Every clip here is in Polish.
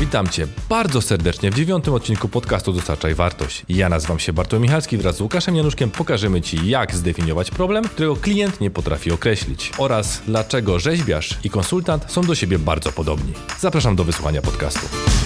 Witam Cię bardzo serdecznie w 9. odcinku podcastu Dostarczaj Wartość. Ja nazywam się Bartłomiej Michalski, wraz z Łukaszem Januszkiem pokażemy Ci, jak zdefiniować problem, którego klient nie potrafi określić, oraz dlaczego rzeźbiarz i konsultant są do siebie bardzo podobni. Zapraszam do wysłuchania podcastu.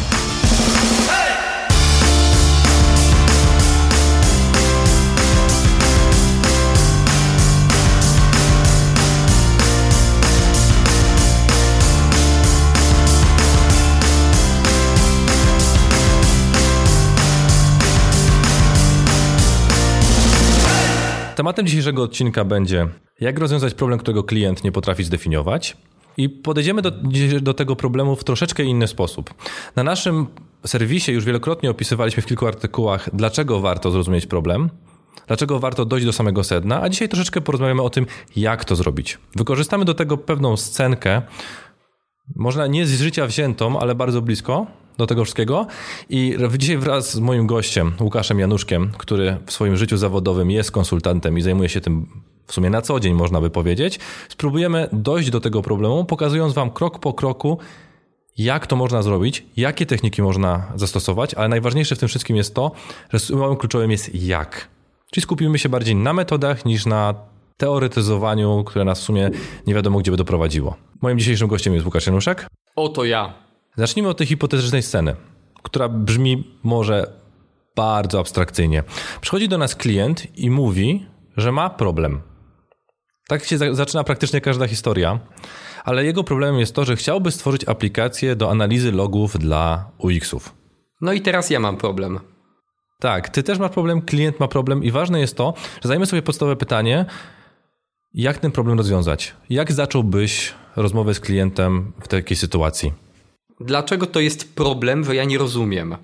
Tematem dzisiejszego odcinka będzie, jak rozwiązać problem, którego klient nie potrafi zdefiniować, i podejdziemy do tego problemu w troszeczkę inny sposób. Na naszym serwisie już wielokrotnie opisywaliśmy w kilku artykułach, dlaczego warto zrozumieć problem, dlaczego warto dojść do samego sedna, a dzisiaj troszeczkę porozmawiamy o tym, jak to zrobić. Wykorzystamy do tego pewną scenkę, można nie z życia wziętą, ale bardzo blisko do tego wszystkiego. I dzisiaj wraz z moim gościem, Łukaszem Januszkiem, który w swoim życiu zawodowym jest konsultantem i zajmuje się tym w sumie na co dzień, można by powiedzieć, spróbujemy dojść do tego problemu, pokazując Wam krok po kroku, jak to można zrobić, jakie techniki można zastosować, ale najważniejsze w tym wszystkim jest to, że słowem kluczowym jest jak. Czyli skupimy się bardziej na metodach niż na teoretyzowaniu, które nas w sumie nie wiadomo gdzie by doprowadziło. Moim dzisiejszym gościem jest Łukasz Januszek. Oto ja. Zacznijmy od tej hipotetycznej sceny, która brzmi może bardzo abstrakcyjnie. Przychodzi do nas klient i mówi, że ma problem. Tak się zaczyna praktycznie każda historia, ale jego problemem jest to, że chciałby stworzyć aplikację do analizy logów dla UX-ów. No i teraz ja mam problem. Tak, ty też masz problem, klient ma problem i ważne jest to, że zadajmy sobie podstawowe pytanie, jak ten problem rozwiązać? Jak zacząłbyś rozmowę z klientem w takiej sytuacji? Dlaczego to jest problem, że ja nie rozumiem?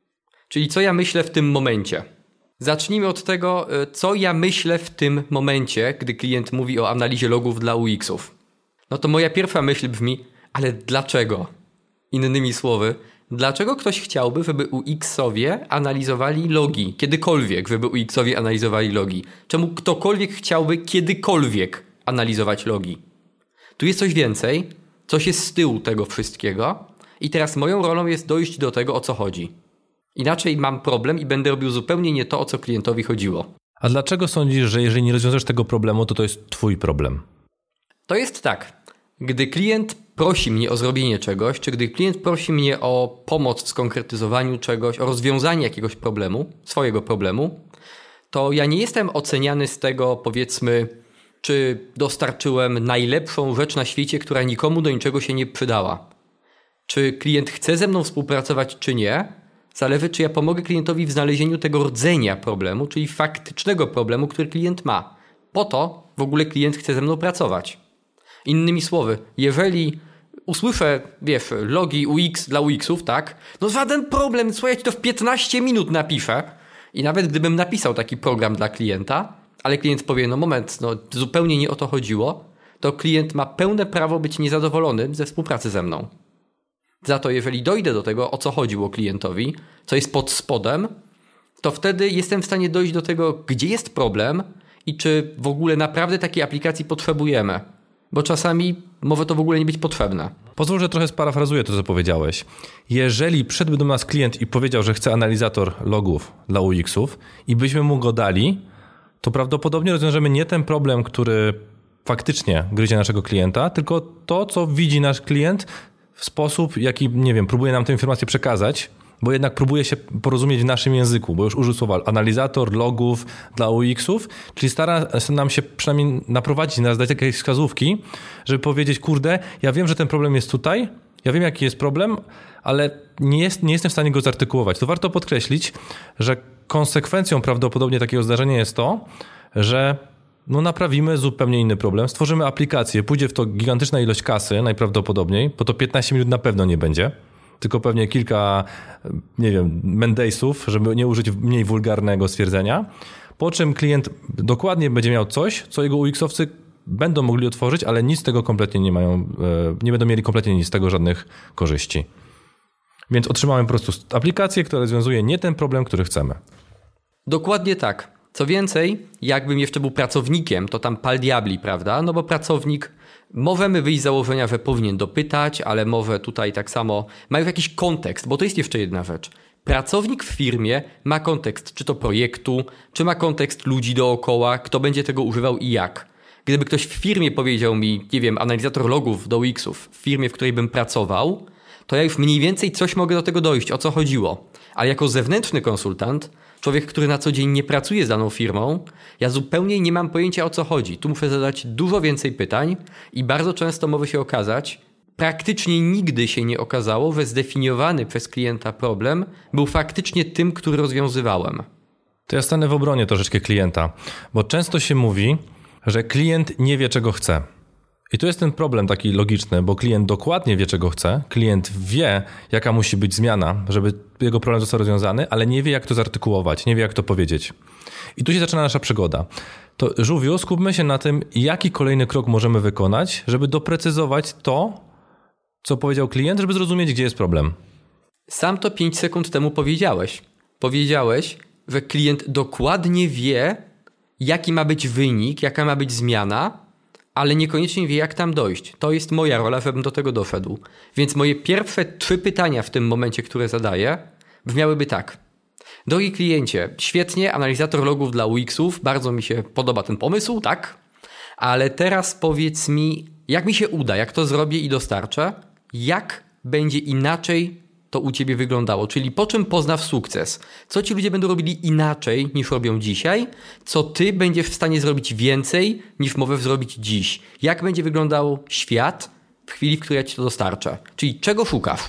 Czyli co ja myślę w tym momencie? Zacznijmy od tego, co ja myślę w tym momencie, gdy klient mówi o analizie logów dla UX-ów. No to moja pierwsza myśl brzmi, ale dlaczego? Innymi słowy, dlaczego ktoś chciałby, żeby UX-owie analizowali logi? Kiedykolwiek, żeby UX-owie analizowali logi. Czemu ktokolwiek chciałby kiedykolwiek analizować logi? Tu jest coś więcej, coś jest z tyłu tego wszystkiego i teraz moją rolą jest dojść do tego, o co chodzi. Inaczej mam problem i będę robił zupełnie nie to, o co klientowi chodziło. A dlaczego sądzisz, że jeżeli nie rozwiążesz tego problemu, to jest twój problem? To jest tak. Gdy klient prosi mnie o zrobienie czegoś, czy gdy klient prosi mnie o pomoc w skonkretyzowaniu czegoś, o rozwiązanie jakiegoś problemu, swojego problemu, to ja nie jestem oceniany z tego, powiedzmy, czy dostarczyłem najlepszą rzecz na świecie, która nikomu do niczego się nie przydała. Czy klient chce ze mną współpracować, czy nie, zależy, czy ja pomogę klientowi w znalezieniu tego rdzenia problemu, czyli faktycznego problemu, który klient ma. Po to w ogóle klient chce ze mną pracować. Innymi słowy, jeżeli usłyszę, logi UX dla UX-ów, tak, no żaden problem, słuchaj, ja ci to w 15 minut napiszę. I nawet gdybym napisał taki program dla klienta, ale klient powie, no moment, no zupełnie nie o to chodziło, to klient ma pełne prawo być niezadowolony ze współpracy ze mną. Za to jeżeli dojdę do tego, o co chodziło klientowi, co jest pod spodem, to wtedy jestem w stanie dojść do tego, gdzie jest problem i czy w ogóle naprawdę takiej aplikacji potrzebujemy. Bo czasami może to w ogóle nie być potrzebne. Pozwól, że trochę sparafrazuję to, co powiedziałeś. Jeżeli przyszedłby do nas klient i powiedział, że chce analizator logów dla UX-ów i byśmy mu go dali, to prawdopodobnie rozwiążemy nie ten problem, który faktycznie gryzie naszego klienta, tylko to, co widzi nasz klient w sposób, jaki, próbuje nam tę informację przekazać, bo jednak próbuje się porozumieć w naszym języku, bo już użył słowa analizator logów dla UX-ów, czyli stara nam się przynajmniej naprowadzić nas, dać jakieś wskazówki, żeby powiedzieć, kurde, ja wiem, że ten problem jest tutaj, ja wiem, jaki jest problem, ale nie jestem w stanie go zartykułować. To warto podkreślić, że konsekwencją prawdopodobnie takiego zdarzenia jest to, że naprawimy zupełnie inny problem, stworzymy aplikację, pójdzie w to gigantyczna ilość kasy najprawdopodobniej, bo to 15 minut na pewno nie będzie, tylko pewnie kilka, Mendaysów, żeby nie użyć mniej wulgarnego stwierdzenia, po czym klient dokładnie będzie miał coś, co jego UX-owcy będą mogli otworzyć, ale nic z tego kompletnie nie będą mieli kompletnie nic z tego, żadnych korzyści. Więc otrzymamy po prostu aplikację, która rozwiązuje nie ten problem, który chcemy. Dokładnie tak. Co więcej, jakbym jeszcze był pracownikiem, to tam pal diabli, prawda? No bo pracownik Możemy wyjść z założenia, że powinien dopytać, ale może tutaj tak samo mają jakiś kontekst, bo to jest jeszcze jedna rzecz. Pracownik w firmie ma kontekst, czy to projektu, czy ma kontekst ludzi dookoła, kto będzie tego używał i jak. Gdyby ktoś w firmie powiedział mi, nie wiem, analizator logów do UX-ów w firmie, w której bym pracował, to ja już mniej więcej coś mogę do tego dojść, o co chodziło. Ale jako zewnętrzny konsultant, człowiek, który na co dzień nie pracuje z daną firmą, ja zupełnie nie mam pojęcia, o co chodzi. Tu muszę zadać dużo więcej pytań i bardzo często może się okazać, praktycznie nigdy się nie okazało, że zdefiniowany przez klienta problem był faktycznie tym, który rozwiązywałem. To ja stanę w obronie troszeczkę klienta, bo często się mówi, że klient nie wie, czego chce. I tu jest ten problem taki logiczny, bo klient dokładnie wie, czego chce, klient wie, jaka musi być zmiana, żeby jego problem został rozwiązany, ale nie wie, jak to zartykułować, nie wie, jak to powiedzieć. I tu się zaczyna nasza przygoda. To Żółwiu, skupmy się na tym, jaki kolejny krok możemy wykonać, żeby doprecyzować to, co powiedział klient, żeby zrozumieć, gdzie jest problem. Sam to 5 sekund temu powiedziałeś. Powiedziałeś, że klient dokładnie wie, jaki ma być wynik, jaka ma być zmiana, ale niekoniecznie wie, jak tam dojść. To jest moja rola, żebym do tego doszedł. Więc moje pierwsze 3 pytania w tym momencie, które zadaję, brzmiałyby tak. Drogi kliencie, świetnie, analizator logów dla UX-ów, bardzo mi się podoba ten pomysł, tak? Ale teraz powiedz mi, jak mi się uda, jak to zrobię i dostarczę, jak będzie inaczej to u ciebie wyglądało, czyli po czym poznasz sukces? Co ci ludzie będą robili inaczej niż robią dzisiaj? Co ty będziesz w stanie zrobić więcej niż możesz zrobić dziś? Jak będzie wyglądał świat w chwili, w której ja ci to dostarczę? Czyli czego szukasz?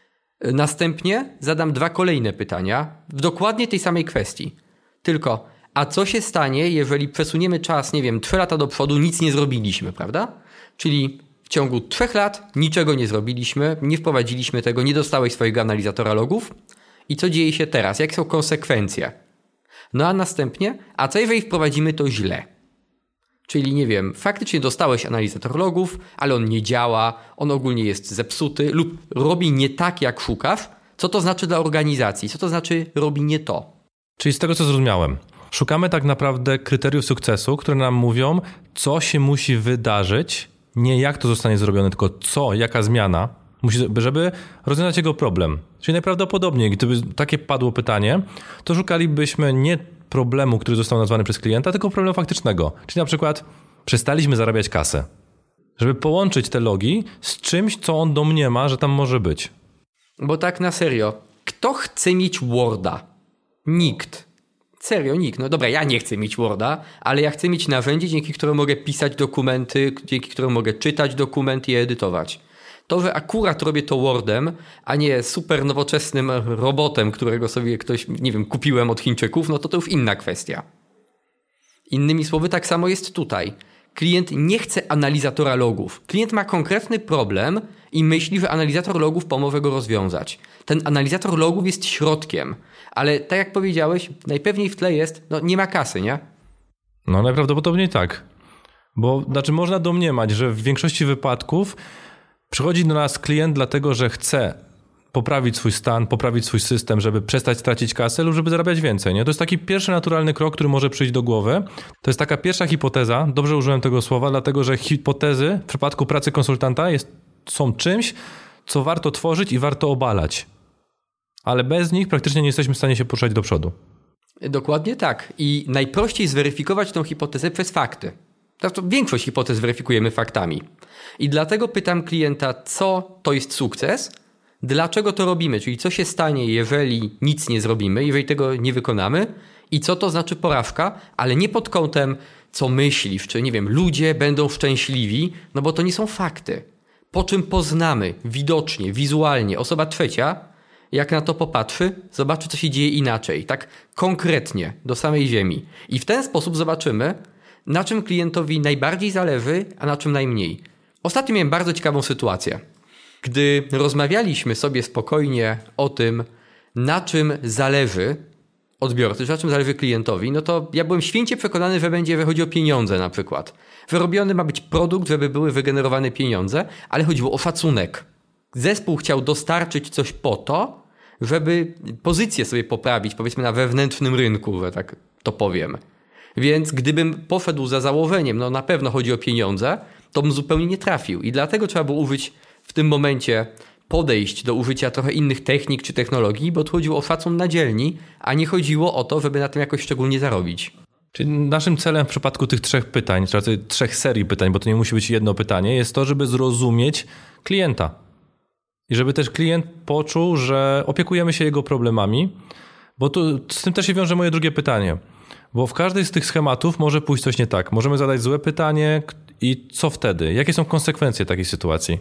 Następnie zadam 2 kolejne pytania w dokładnie tej samej kwestii. Tylko, a co się stanie, jeżeli przesuniemy czas, nie wiem, 3 lata do przodu, nic nie zrobiliśmy, prawda? Czyli w ciągu 3 lat niczego nie zrobiliśmy, nie wprowadziliśmy tego, nie dostałeś swojego analizatora logów. I co dzieje się teraz? Jakie są konsekwencje? No a następnie, a co jeżeli wprowadzimy to źle? Czyli nie wiem, faktycznie dostałeś analizator logów, ale on nie działa, on ogólnie jest zepsuty lub robi nie tak, jak szukasz. Co to znaczy dla organizacji? Co to znaczy robi nie to? Czyli z tego, co zrozumiałem, szukamy tak naprawdę kryteriów sukcesu, które nam mówią, co się musi wydarzyć, nie jak to zostanie zrobione, tylko co, jaka zmiana, żeby rozwiązać jego problem. Czyli najprawdopodobniej, gdyby takie padło pytanie, to szukalibyśmy nie problemu, który został nazwany przez klienta, tylko problemu faktycznego. Czyli na przykład przestaliśmy zarabiać kasę. Żeby połączyć te logi z czymś, co on domniema, że tam może być. Bo tak na serio, kto chce mieć Worda? Nikt. Serio, nikt. No dobra, ja nie chcę mieć Worda, ale ja chcę mieć narzędzie, dzięki któremu mogę pisać dokumenty, dzięki któremu mogę czytać dokumenty i edytować. To, że akurat robię to Wordem, a nie super nowoczesnym robotem, którego sobie ktoś, nie wiem, kupiłem od Chińczyków, no to już inna kwestia. Innymi słowy, tak samo jest tutaj. Klient nie chce analizatora logów. Klient ma konkretny problem i myśli, że analizator logów pomoże go rozwiązać. Ten analizator logów jest środkiem, ale tak jak powiedziałeś, najpewniej w tle jest, no nie ma kasy, nie? No najprawdopodobniej tak. Bo znaczy można domniemać, że w większości wypadków przychodzi do nas klient dlatego, że chce poprawić swój stan, poprawić swój system, żeby przestać tracić kasę lub żeby zarabiać więcej. Nie? To jest taki pierwszy naturalny krok, który może przyjść do głowy. To jest taka pierwsza hipoteza, dobrze użyłem tego słowa, dlatego że hipotezy w przypadku pracy konsultanta są czymś, co warto tworzyć i warto obalać. Ale bez nich praktycznie nie jesteśmy w stanie się poruszać do przodu. Dokładnie tak. I najprościej zweryfikować tą hipotezę przez fakty. To większość hipotez weryfikujemy faktami. I dlatego pytam klienta, co to jest sukces, dlaczego to robimy, czyli co się stanie, jeżeli nic nie zrobimy, jeżeli tego nie wykonamy i co to znaczy porażka, ale nie pod kątem, co myślisz, czy nie wiem, ludzie będą szczęśliwi, no bo to nie są fakty. Po czym poznamy widocznie, wizualnie, osoba trzecia, jak na to popatrzy, zobaczy, co się dzieje inaczej, tak konkretnie, do samej ziemi. I w ten sposób zobaczymy, na czym klientowi najbardziej zależy, a na czym najmniej. Ostatnio miałem bardzo ciekawą sytuację. Gdy rozmawialiśmy sobie spokojnie o tym, na czym zależy odbiorcy, na czym zależy klientowi, no to ja byłem święcie przekonany, że będzie chodzi o pieniądze na przykład. Wyrobiony ma być produkt, żeby były wygenerowane pieniądze, ale chodziło o szacunek. Zespół chciał dostarczyć coś po to, żeby pozycję sobie poprawić, powiedzmy na wewnętrznym rynku, że tak to powiem. Więc gdybym poszedł za założeniem, no na pewno chodzi o pieniądze, to bym zupełnie nie trafił. I dlatego trzeba było użyć w tym momencie podejść do użycia trochę innych technik czy technologii, bo tu chodziło o szacun na dzielni, a nie chodziło o to, żeby na tym jakoś szczególnie zarobić. Czyli naszym celem w przypadku tych 3 pytań, czy raczej 3 serii pytań, bo to nie musi być jedno pytanie, jest to, żeby zrozumieć klienta. I żeby też klient poczuł, że opiekujemy się jego problemami, bo tu, z tym też się wiąże moje drugie pytanie. Bo w każdej z tych schematów może pójść coś nie tak. Możemy zadać złe pytanie i co wtedy? Jakie są konsekwencje takiej sytuacji?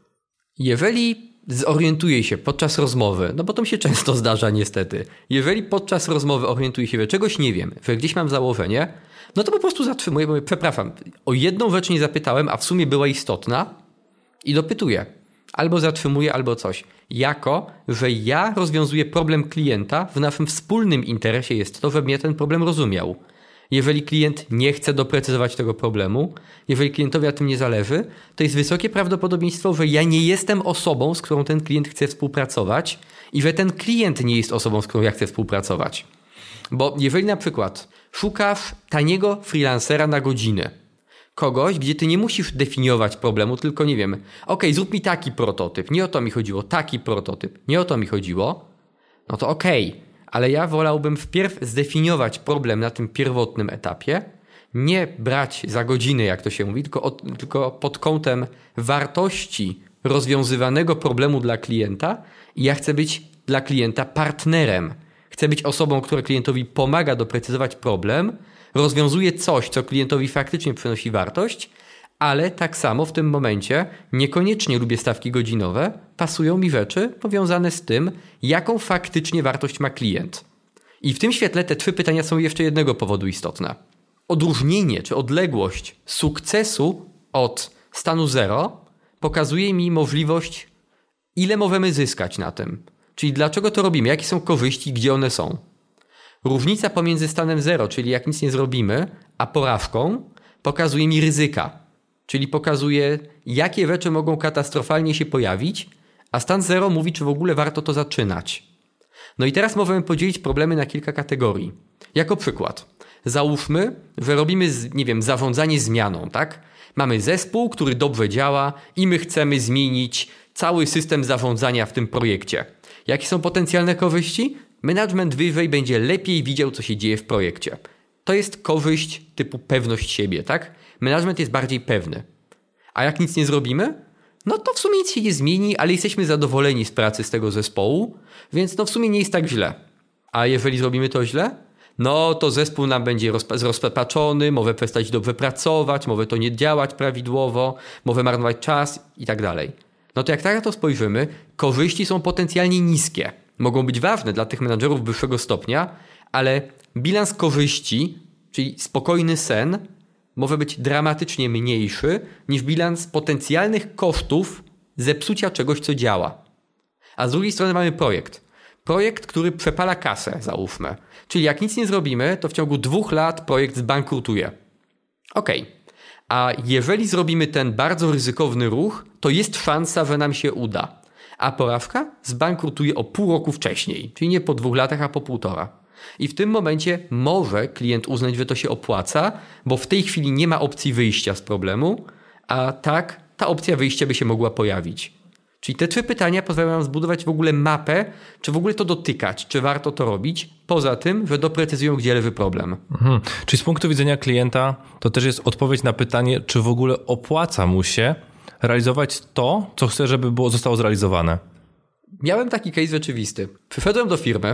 Jeżeli zorientuje się podczas rozmowy, no bo to mi się często zdarza niestety, jeżeli podczas rozmowy orientuje się, że czegoś nie wiem, że gdzieś mam założenie, no to po prostu zatrzymuję, bo mówię, przepraszam, o jedną rzecz nie zapytałem, a w sumie była istotna i dopytuję. Albo zatrzymuję, albo coś. Jako, że ja rozwiązuję problem klienta, w naszym wspólnym interesie jest to, żebym ja ten problem rozumiał. Jeżeli klient nie chce doprecyzować tego problemu, jeżeli klientowi na tym nie zależy, to jest wysokie prawdopodobieństwo, że ja nie jestem osobą, z którą ten klient chce współpracować i że ten klient nie jest osobą, z którą ja chcę współpracować. Bo jeżeli na przykład szukasz taniego freelancera na godzinę, kogoś, gdzie ty nie musisz definiować problemu, tylko nie wiem, okej, zrób mi taki prototyp, nie o to mi chodziło, taki prototyp, nie o to mi chodziło, no to okej. Ale ja wolałbym wpierw zdefiniować problem na tym pierwotnym etapie, nie brać za godzinę, jak to się mówi, tylko pod kątem wartości rozwiązywanego problemu dla klienta i ja chcę być dla klienta partnerem. Chcę być osobą, która klientowi pomaga doprecyzować problem, rozwiązuje coś, co klientowi faktycznie przynosi wartość, ale tak samo w tym momencie niekoniecznie lubię stawki godzinowe, pasują mi rzeczy powiązane z tym, jaką faktycznie wartość ma klient. I w tym świetle te 3 pytania są jeszcze jednego powodu istotne. Odróżnienie czy odległość sukcesu od stanu 0 pokazuje mi możliwość, ile możemy zyskać na tym. Czyli dlaczego to robimy, jakie są korzyści, gdzie one są. Różnica pomiędzy stanem 0, czyli jak nic nie zrobimy, a porażką pokazuje mi ryzyka. Czyli pokazuje, jakie rzeczy mogą katastrofalnie się pojawić, a stan 0 mówi, czy w ogóle warto to zaczynać. No i teraz możemy podzielić problemy na kilka kategorii. Jako przykład, załóżmy, że robimy, zarządzanie zmianą, tak? Mamy zespół, który dobrze działa i my chcemy zmienić cały system zarządzania w tym projekcie. Jakie są potencjalne korzyści? Management wyżej będzie lepiej widział, co się dzieje w projekcie. To jest korzyść typu pewność siebie, tak? Management jest bardziej pewny. A jak nic nie zrobimy? No to w sumie nic się nie zmieni, ale jesteśmy zadowoleni z pracy z tego zespołu, więc no w sumie nie jest tak źle. A jeżeli zrobimy to źle? No to zespół nam będzie rozpaczony, może przestać dobrze pracować, może to nie działać prawidłowo, może marnować czas i tak dalej. No to jak tak na to spojrzymy, korzyści są potencjalnie niskie. Mogą być ważne dla tych menadżerów wyższego stopnia, ale bilans korzyści, czyli spokojny sen, może być dramatycznie mniejszy niż bilans potencjalnych kosztów zepsucia czegoś, co działa. A z drugiej strony mamy projekt. Projekt, który przepala kasę, załóżmy. Czyli jak nic nie zrobimy, to w ciągu 2 lat projekt zbankrutuje. Okej. A jeżeli zrobimy ten bardzo ryzykowny ruch, to jest szansa, że nam się uda. A porażka zbankrutuje o pół roku wcześniej. Czyli nie po 2 latach, a po 1,5. I w tym momencie może klient uznać, że to się opłaca, bo w tej chwili nie ma opcji wyjścia z problemu, a tak ta opcja wyjścia by się mogła pojawić. Czyli te 3 pytania pozwalają nam zbudować w ogóle mapę, czy w ogóle to dotykać, czy warto to robić, poza tym, że doprecyzują, gdzie leży problem. Czyli z punktu widzenia klienta to też jest odpowiedź na pytanie, czy w ogóle opłaca mu się realizować to, co chce, żeby zostało zrealizowane. Miałem taki case rzeczywisty. Przyszedłem do firmy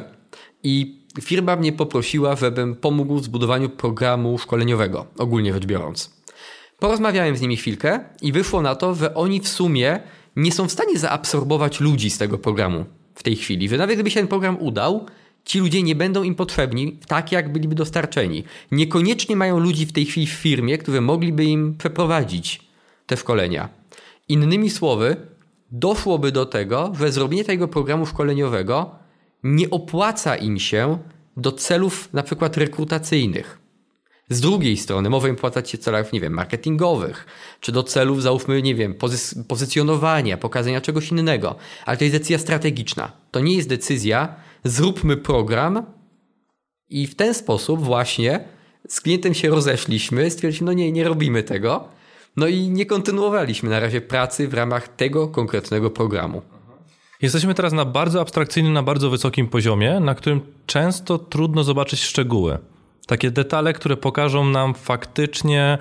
i firma mnie poprosiła, żebym pomógł w zbudowaniu programu szkoleniowego, ogólnie rzecz biorąc. Porozmawiałem z nimi chwilkę i wyszło na to, że oni w sumie nie są w stanie zaabsorbować ludzi z tego programu w tej chwili. Że nawet gdyby się ten program udał, ci ludzie nie będą im potrzebni tak, jak byliby dostarczeni. Niekoniecznie mają ludzi w tej chwili w firmie, którzy mogliby im przeprowadzić te szkolenia. Innymi słowy, doszłoby do tego, że zrobienie tego programu szkoleniowego nie opłaca im się do celów na przykład rekrutacyjnych. Z drugiej strony może im płacać się w celach, marketingowych, czy do celów, załóżmy, pozycjonowania, pokazania czegoś innego. Ale to jest decyzja strategiczna. To nie jest decyzja, zróbmy program i w ten sposób właśnie z klientem się rozeszliśmy, stwierdziliśmy, nie robimy tego. No i nie kontynuowaliśmy na razie pracy w ramach tego konkretnego programu. Jesteśmy teraz na bardzo abstrakcyjnym, na bardzo wysokim poziomie, na którym często trudno zobaczyć szczegóły. Takie detale, które pokażą nam faktycznie,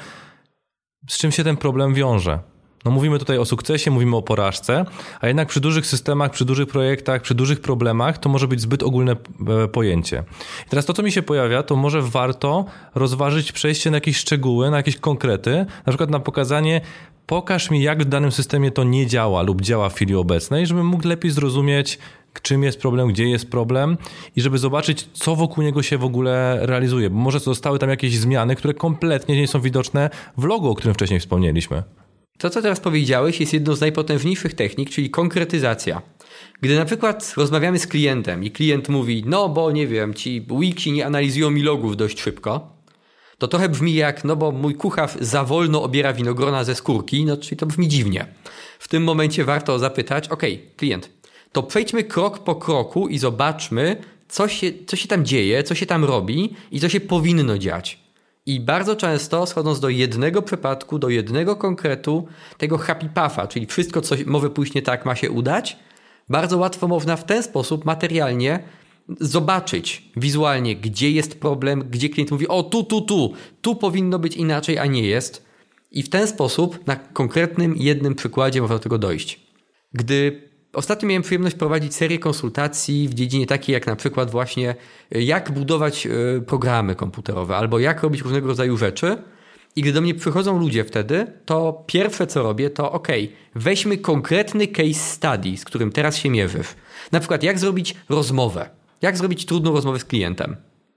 z czym się ten problem wiąże. No mówimy tutaj o sukcesie, mówimy o porażce, a jednak przy dużych systemach, przy dużych projektach, przy dużych problemach to może być zbyt ogólne pojęcie. I teraz to, co mi się pojawia, to może warto rozważyć przejście na jakieś szczegóły, na jakieś konkrety, na przykład na pokazanie, pokaż mi, jak w danym systemie to nie działa lub działa w chwili obecnej, żebym mógł lepiej zrozumieć, czym jest problem, gdzie jest problem i żeby zobaczyć, co wokół niego się w ogóle realizuje. Bo może zostały tam jakieś zmiany, które kompletnie nie są widoczne w logo, o którym wcześniej wspomnieliśmy. To, co teraz powiedziałeś, jest jedną z najpotężniejszych technik, czyli konkretyzacja. Gdy na przykład rozmawiamy z klientem i klient mówi, no bo nie wiem, ci wiki nie analizują mi logów dość szybko, to trochę brzmi jak, no bo mój kucharz za wolno obiera winogrona ze skórki, no czyli to brzmi dziwnie. W tym momencie warto zapytać, klient, to przejdźmy krok po kroku i zobaczmy, co się tam dzieje, co się tam robi i co się powinno dziać. I bardzo często, schodząc do jednego przypadku, do jednego konkretu, tego happy patha, czyli wszystko, co może pójść nie tak, ma się udać, bardzo łatwo można w ten sposób materialnie zobaczyć wizualnie, gdzie jest problem, gdzie klient mówi, o tu powinno być inaczej, a nie jest. I w ten sposób na konkretnym jednym przykładzie można do tego dojść. Gdy ostatnio miałem przyjemność prowadzić serię konsultacji w dziedzinie takiej jak na przykład właśnie jak budować programy komputerowe albo jak robić różnego rodzaju rzeczy i gdy do mnie przychodzą ludzie wtedy, to pierwsze co robię to weźmy konkretny case study, z którym teraz się mierzysz. Na przykład jak zrobić rozmowę, jak zrobić trudną rozmowę z klientem.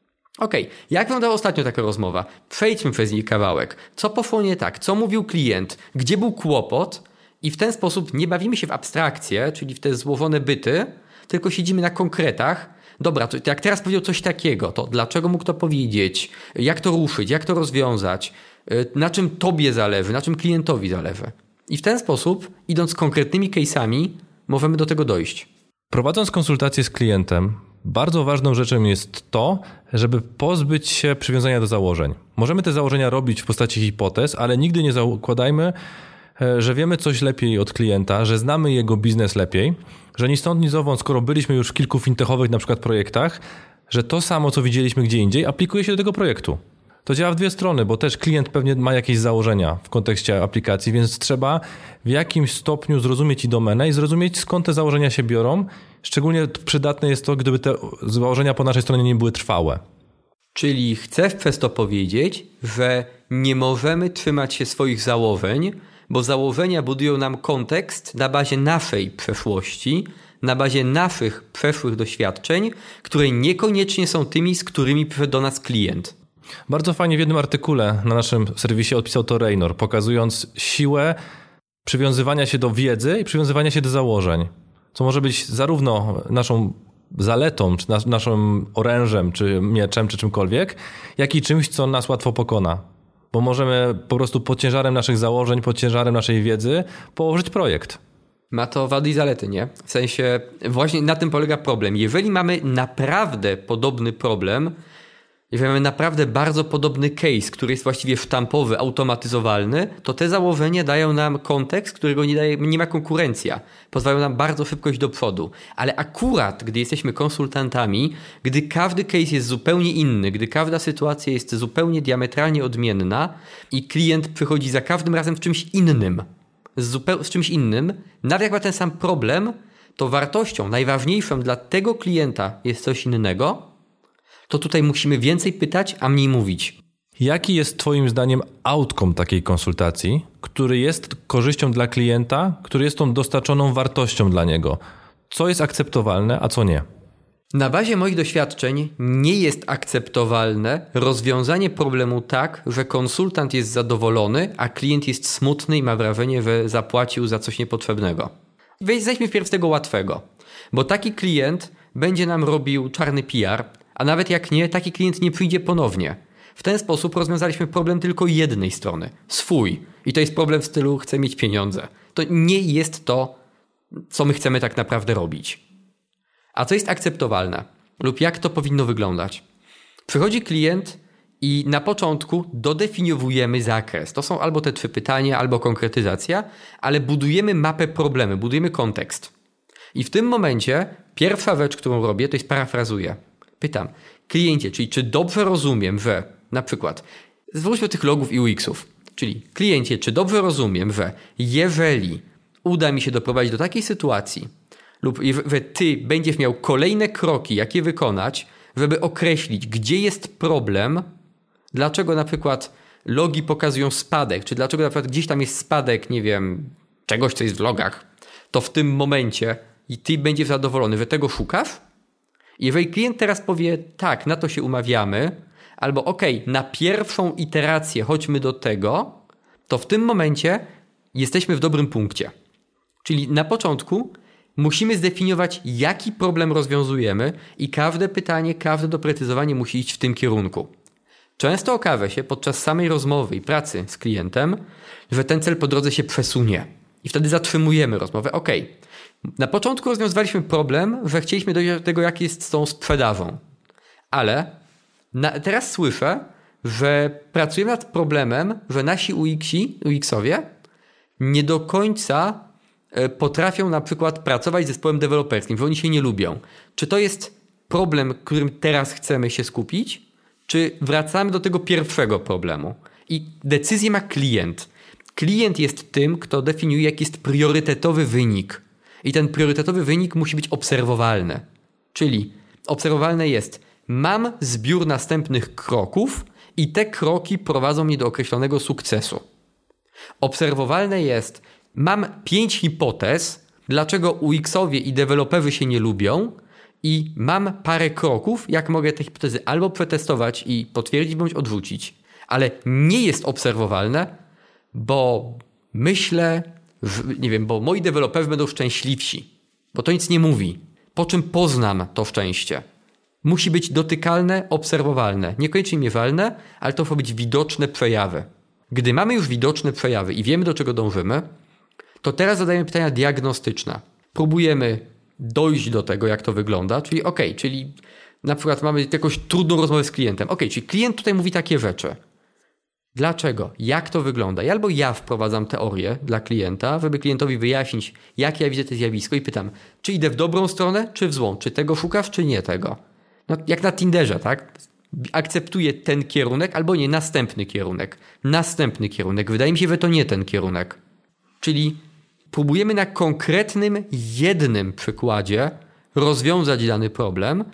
Jak wyglądała ostatnio taka rozmowa? Przejdźmy przez niej kawałek. Co poszło nie tak? Co mówił klient? Gdzie był kłopot? I w ten sposób nie bawimy się w abstrakcje, czyli w te złożone byty, tylko siedzimy na konkretach. Dobra, to jak teraz powiedział coś takiego, to dlaczego mógł to powiedzieć? Jak to ruszyć? Jak to rozwiązać? Na czym tobie zależy? Na czym klientowi zależy? I w ten sposób, idąc konkretnymi case'ami, możemy do tego dojść. Prowadząc konsultacje z klientem, bardzo ważną rzeczą jest to, żeby pozbyć się przywiązania do założeń. Możemy te założenia robić w postaci hipotez, ale nigdy nie zakładajmy, że wiemy coś lepiej od klienta, że znamy jego biznes lepiej, że ni stąd, ni zowąd, skoro byliśmy już w kilku fintechowych na przykład projektach, że to samo, co widzieliśmy gdzie indziej, aplikuje się do tego projektu. To działa w dwie strony, bo też klient pewnie ma jakieś założenia w kontekście aplikacji, więc trzeba w jakimś stopniu zrozumieć i domenę i zrozumieć, skąd te założenia się biorą. Szczególnie przydatne jest to, gdyby te założenia po naszej stronie nie były trwałe. Czyli chcesz przez to powiedzieć, że nie możemy trzymać się swoich założeń, bo założenia budują nam kontekst na bazie naszej przeszłości, na bazie naszych przeszłych doświadczeń, które niekoniecznie są tymi, z którymi przyszedł do nas klient. Bardzo fajnie w jednym artykule na naszym serwisie odpisał to Raynor, pokazując siłę przywiązywania się do wiedzy i przywiązywania się do założeń. Co może być zarówno naszą zaletą, czy naszym orężem, czy mieczem, czy czymkolwiek, jak i czymś, co nas łatwo pokona. Bo możemy po prostu pod ciężarem naszych założeń, pod ciężarem naszej wiedzy położyć projekt. Ma to wady i zalety, nie? W sensie właśnie na tym polega problem. Jeżeli mamy naprawdę podobny problem, jeżeli mamy naprawdę bardzo podobny case, który jest właściwie sztampowy, automatyzowalny, to te założenia dają nam kontekst, którego nie ma konkurencja. Pozwalają nam bardzo szybko iść do przodu. Ale akurat, gdy jesteśmy konsultantami, gdy każdy case jest zupełnie inny, gdy każda sytuacja jest zupełnie diametralnie odmienna i klient przychodzi za każdym razem z czymś innym, z czymś innym, nawet jak ma ten sam problem, to wartością najważniejszą dla tego klienta jest coś innego, to tutaj musimy więcej pytać, a mniej mówić. Jaki jest twoim zdaniem outcome takiej konsultacji, który jest korzyścią dla klienta, który jest tą dostarczoną wartością dla niego? Co jest akceptowalne, a co nie? Na bazie moich doświadczeń nie jest akceptowalne rozwiązanie problemu tak, że konsultant jest zadowolony, a klient jest smutny i ma wrażenie, że zapłacił za coś niepotrzebnego. Zejdźmy wpierw z tego łatwego, bo taki klient będzie nam robił czarny PR, a nawet jak nie, taki klient nie przyjdzie ponownie. W ten sposób rozwiązaliśmy problem tylko jednej strony, swój. I to jest problem w stylu chcę mieć pieniądze. To nie jest to, co my chcemy tak naprawdę robić. A co jest akceptowalne? Lub jak to powinno wyglądać? Przychodzi klient I na początku dodefiniowujemy zakres. To są albo te 3 pytania, albo konkretyzacja, ale budujemy mapę problemu, budujemy kontekst. I w tym momencie pierwsza rzecz, którą robię, to jest parafrazuję. Pytam, kliencie, czyli czy dobrze rozumiem, że na przykład, zwróćmy do tych logów i UX-ów, czyli kliencie, czy dobrze rozumiem, że jeżeli uda mi się doprowadzić do takiej sytuacji lub że ty będziesz miał kolejne kroki, jakie wykonać, żeby określić, gdzie jest problem, dlaczego na przykład logi pokazują spadek, czy dlaczego na przykład gdzieś tam jest spadek, nie wiem, czegoś, co jest w logach, to w tym momencie i ty będziesz zadowolony, że tego szukasz. I jeżeli klient teraz powie, tak, na to się umawiamy, albo okej, na pierwszą iterację chodźmy do tego, to w tym momencie jesteśmy w dobrym punkcie. Czyli na początku musimy zdefiniować, jaki problem rozwiązujemy i każde pytanie, każde doprecyzowanie musi iść w tym kierunku. Często okaże się podczas samej rozmowy i pracy z klientem, że ten cel po drodze się przesunie. I wtedy zatrzymujemy rozmowę. Na początku rozwiązywaliśmy problem, że chcieliśmy dojść do tego, jak jest z tą sprzedażą. Ale teraz słyszę, że pracujemy nad problemem, że nasi UX-owie nie do końca potrafią na przykład pracować z zespołem deweloperskim, że oni się nie lubią. Czy to jest problem, którym teraz chcemy się skupić, czy wracamy do tego pierwszego problemu? I decyzję ma klient. Klient jest tym, kto definiuje, jaki jest priorytetowy wynik. I ten priorytetowy wynik musi być obserwowalny. Czyli obserwowalne jest, mam zbiór następnych kroków i te kroki prowadzą mnie do określonego sukcesu. Obserwowalne jest, mam 5 hipotez, dlaczego UX-owie i deweloperzy się nie lubią i mam parę kroków, jak mogę te hipotezy albo przetestować i potwierdzić bądź odrzucić. Ale nie jest obserwowalne, bo myślę, nie wiem, bo moi deweloperzy będą szczęśliwsi, bo to nic nie mówi. Po czym poznam to szczęście? Musi być dotykalne, obserwowalne, niekoniecznie mierzalne, ale to muszą być widoczne przejawy. Gdy mamy już widoczne przejawy i wiemy, do czego dążymy, to teraz zadajemy pytania diagnostyczne. Próbujemy dojść do tego, jak to wygląda, czyli czyli na przykład mamy jakąś trudną rozmowę z klientem. Czyli klient tutaj mówi takie rzeczy. Dlaczego? Jak to wygląda? Albo ja wprowadzam teorię dla klienta, żeby klientowi wyjaśnić, jak ja widzę to zjawisko i pytam, czy idę w dobrą stronę, czy w złą? Czy tego szukasz, czy nie tego? No, jak na Tinderze, tak? Akceptuję ten kierunek, albo nie, następny kierunek. Następny kierunek. Wydaje mi się, że to nie ten kierunek. Czyli próbujemy na konkretnym, jednym przykładzie rozwiązać dany problem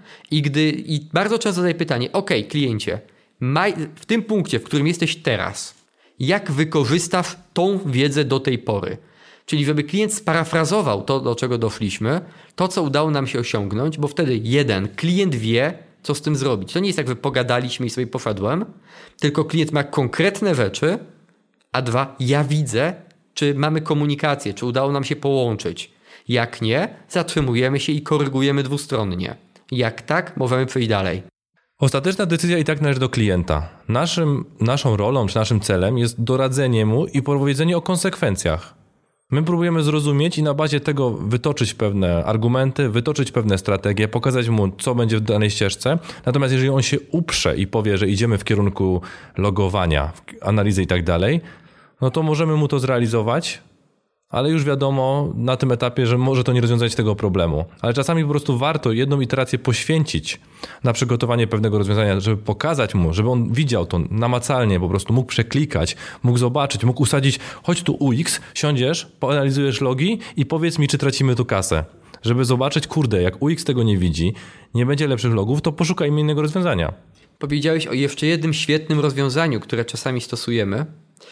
i bardzo często zadaję pytanie, kliencie, w tym punkcie, w którym jesteś teraz, jak wykorzystasz tą wiedzę do tej pory? Czyli żeby klient sparafrazował to, do czego doszliśmy, to, co udało nam się osiągnąć, bo wtedy klient wie, co z tym zrobić. To nie jest tak, że pogadaliśmy i sobie poszedłem, tylko klient ma konkretne rzeczy, a 2, ja widzę, czy mamy komunikację, czy udało nam się połączyć. Jak nie, zatrzymujemy się i korygujemy dwustronnie. Jak tak, możemy przejść dalej. Ostateczna decyzja i tak należy do klienta. Naszą rolą czy naszym celem jest doradzenie mu i powiedzenie o konsekwencjach. My próbujemy zrozumieć i na bazie tego wytoczyć pewne argumenty, wytoczyć pewne strategie, pokazać mu, co będzie w danej ścieżce. Natomiast jeżeli on się uprze i powie, że idziemy w kierunku logowania, analizy i tak dalej, no to możemy mu to zrealizować, ale już wiadomo na tym etapie, że może to nie rozwiązać tego problemu. Ale czasami po prostu warto jedną iterację poświęcić na przygotowanie pewnego rozwiązania, żeby pokazać mu, żeby on widział to namacalnie, po prostu mógł przeklikać, mógł zobaczyć, mógł usadzić, chodź tu UX, siądziesz, poanalizujesz logi i powiedz mi, czy tracimy tu kasę. Żeby zobaczyć, jak UX tego nie widzi, nie będzie lepszych logów, to poszukajmy innego rozwiązania. Powiedziałeś o jeszcze jednym świetnym rozwiązaniu, które czasami stosujemy.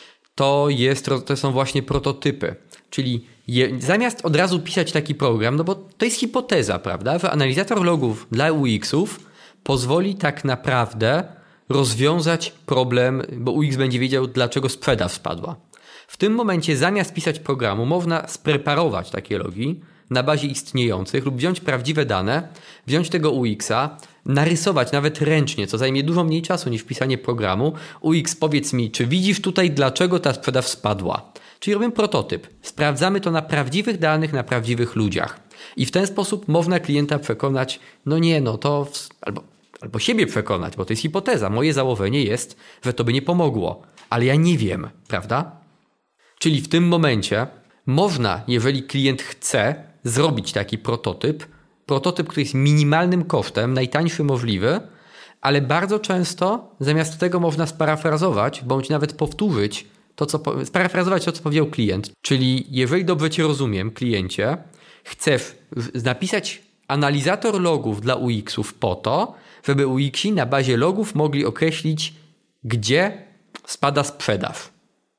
To są właśnie prototypy. Czyli zamiast od razu pisać taki program, no bo to jest hipoteza, prawda, że analizator logów dla UX-ów pozwoli tak naprawdę rozwiązać problem, bo UX będzie wiedział, dlaczego sprzedaż spadła. W tym momencie zamiast pisać programu można spreparować takie logi na bazie istniejących lub wziąć prawdziwe dane, wziąć tego UX-a, narysować nawet ręcznie, co zajmie dużo mniej czasu niż pisanie programu. UX, powiedz mi, czy widzisz tutaj, dlaczego ta sprzedaż spadła? Czyli robimy prototyp. Sprawdzamy to na prawdziwych danych, na prawdziwych ludziach. I w ten sposób można klienta przekonać, albo albo siebie przekonać, bo to jest hipoteza. Moje założenie jest, że to by nie pomogło, ale ja nie wiem, prawda? Czyli w tym momencie można, jeżeli klient chce, zrobić taki prototyp, który jest minimalnym kosztem, najtańszy możliwy, ale bardzo często zamiast tego można sparafrazować, bądź nawet powtórzyć sparafrazować to, co powiedział klient. Czyli jeżeli dobrze Cię rozumiem, kliencie, chcesz napisać analizator logów dla UX-ów po to, żeby UX-i na bazie logów mogli określić, gdzie spada sprzedaż.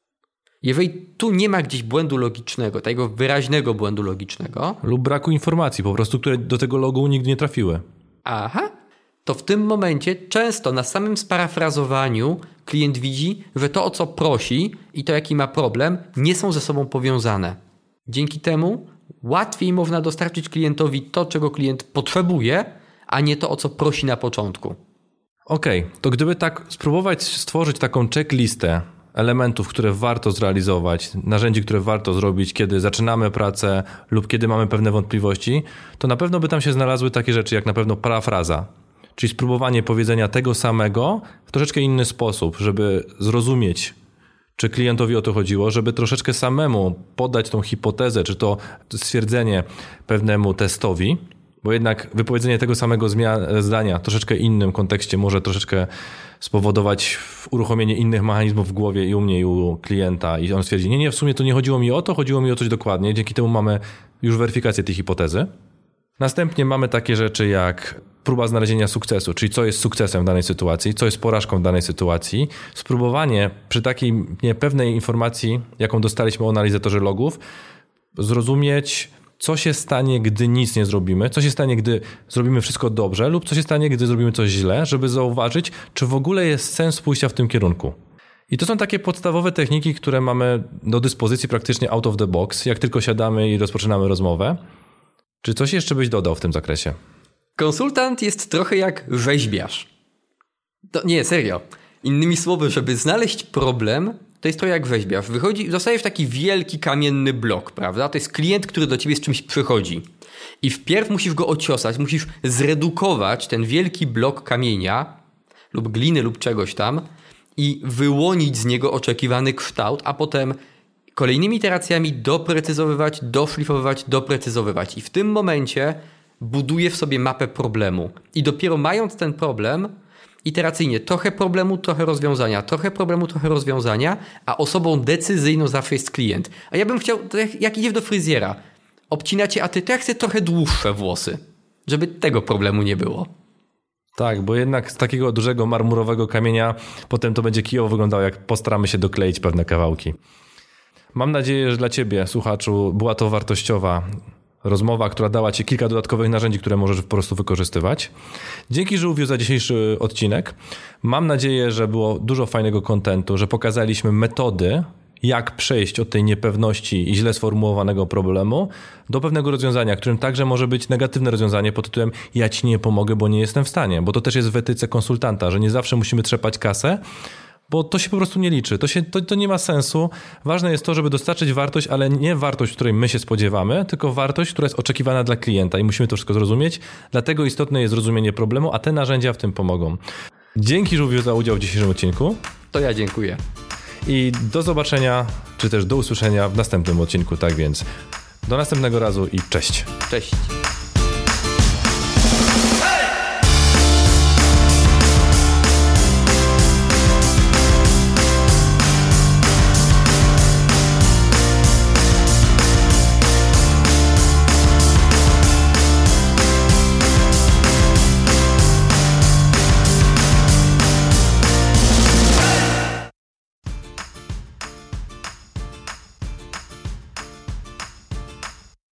Jeżeli tu nie ma gdzieś błędu logicznego, tego wyraźnego błędu logicznego... Lub braku informacji po prostu, które do tego logu nigdy nie trafiły. Aha. To w tym momencie często na samym sparafrazowaniu klient widzi, że to, o co prosi i to, jaki ma problem, nie są ze sobą powiązane. Dzięki temu łatwiej można dostarczyć klientowi to, czego klient potrzebuje, a nie to, o co prosi na początku. Okej, to gdyby tak spróbować stworzyć taką checklistę elementów, które warto zrealizować, narzędzi, które warto zrobić, kiedy zaczynamy pracę lub kiedy mamy pewne wątpliwości, to na pewno by tam się znalazły takie rzeczy, jak na pewno parafraza, czyli spróbowanie powiedzenia tego samego w troszeczkę inny sposób, żeby zrozumieć, czy klientowi o to chodziło, żeby troszeczkę samemu podać tą hipotezę, czy to stwierdzenie pewnemu testowi, bo jednak wypowiedzenie tego samego zdania w troszeczkę innym kontekście może troszeczkę spowodować uruchomienie innych mechanizmów w głowie i u mnie, i u klienta, i on stwierdzi, nie, w sumie to nie chodziło mi o to, chodziło mi o coś dokładnie, dzięki temu mamy już weryfikację tej hipotezy. Następnie mamy takie rzeczy jak próba znalezienia sukcesu, czyli co jest sukcesem w danej sytuacji, co jest porażką w danej sytuacji. Spróbowanie przy takiej niepewnej informacji, jaką dostaliśmy o analizatorze logów, zrozumieć, co się stanie, gdy nic nie zrobimy, co się stanie, gdy zrobimy wszystko dobrze lub co się stanie, gdy zrobimy coś źle, żeby zauważyć, czy w ogóle jest sens pójścia w tym kierunku. I to są takie podstawowe techniki, które mamy do dyspozycji praktycznie out of the box, jak tylko siadamy i rozpoczynamy rozmowę. Czy coś jeszcze byś dodał w tym zakresie? Konsultant jest trochę jak rzeźbiarz. Nie, serio. Innymi słowy, żeby znaleźć problem, to jest trochę jak rzeźbiarz. Dostajesz taki wielki kamienny blok, prawda? To jest klient, który do ciebie z czymś przychodzi. I wpierw musisz go ociosać, musisz zredukować ten wielki blok kamienia lub gliny lub czegoś tam i wyłonić z niego oczekiwany kształt, a potem kolejnymi iteracjami doprecyzowywać, doszlifowywać, doprecyzowywać. I w tym momencie buduje w sobie mapę problemu. I dopiero mając ten problem, iteracyjnie trochę problemu, trochę rozwiązania, trochę problemu, trochę rozwiązania, a osobą decyzyjną zawsze jest klient. A ja bym chciał, jak idziesz do fryzjera, obcinacie, a ty to ja chcę trochę dłuższe włosy, żeby tego problemu nie było. Tak, bo jednak z takiego dużego marmurowego kamienia potem to będzie kijowo wyglądało, jak postaramy się dokleić pewne kawałki. Mam nadzieję, że dla ciebie, słuchaczu, była to wartościowa rozmowa, która dała ci kilka dodatkowych narzędzi, które możesz po prostu wykorzystywać. Dzięki, Żółwiu, za dzisiejszy odcinek. Mam nadzieję, że było dużo fajnego kontentu, że pokazaliśmy metody, jak przejść od tej niepewności i źle sformułowanego problemu do pewnego rozwiązania, którym także może być negatywne rozwiązanie pod tytułem ja ci nie pomogę, bo nie jestem w stanie, bo to też jest w etyce konsultanta, że nie zawsze musimy trzepać kasę, bo to się po prostu nie liczy, to nie ma sensu. Ważne jest to, żeby dostarczyć wartość, ale nie wartość, której my się spodziewamy, tylko wartość, która jest oczekiwana dla klienta i musimy to wszystko zrozumieć, dlatego istotne jest zrozumienie problemu, a te narzędzia w tym pomogą. Dzięki, Żółwiu, za udział w dzisiejszym odcinku. To ja dziękuję. I do zobaczenia, czy też do usłyszenia w następnym odcinku, tak więc do następnego razu i cześć. Cześć.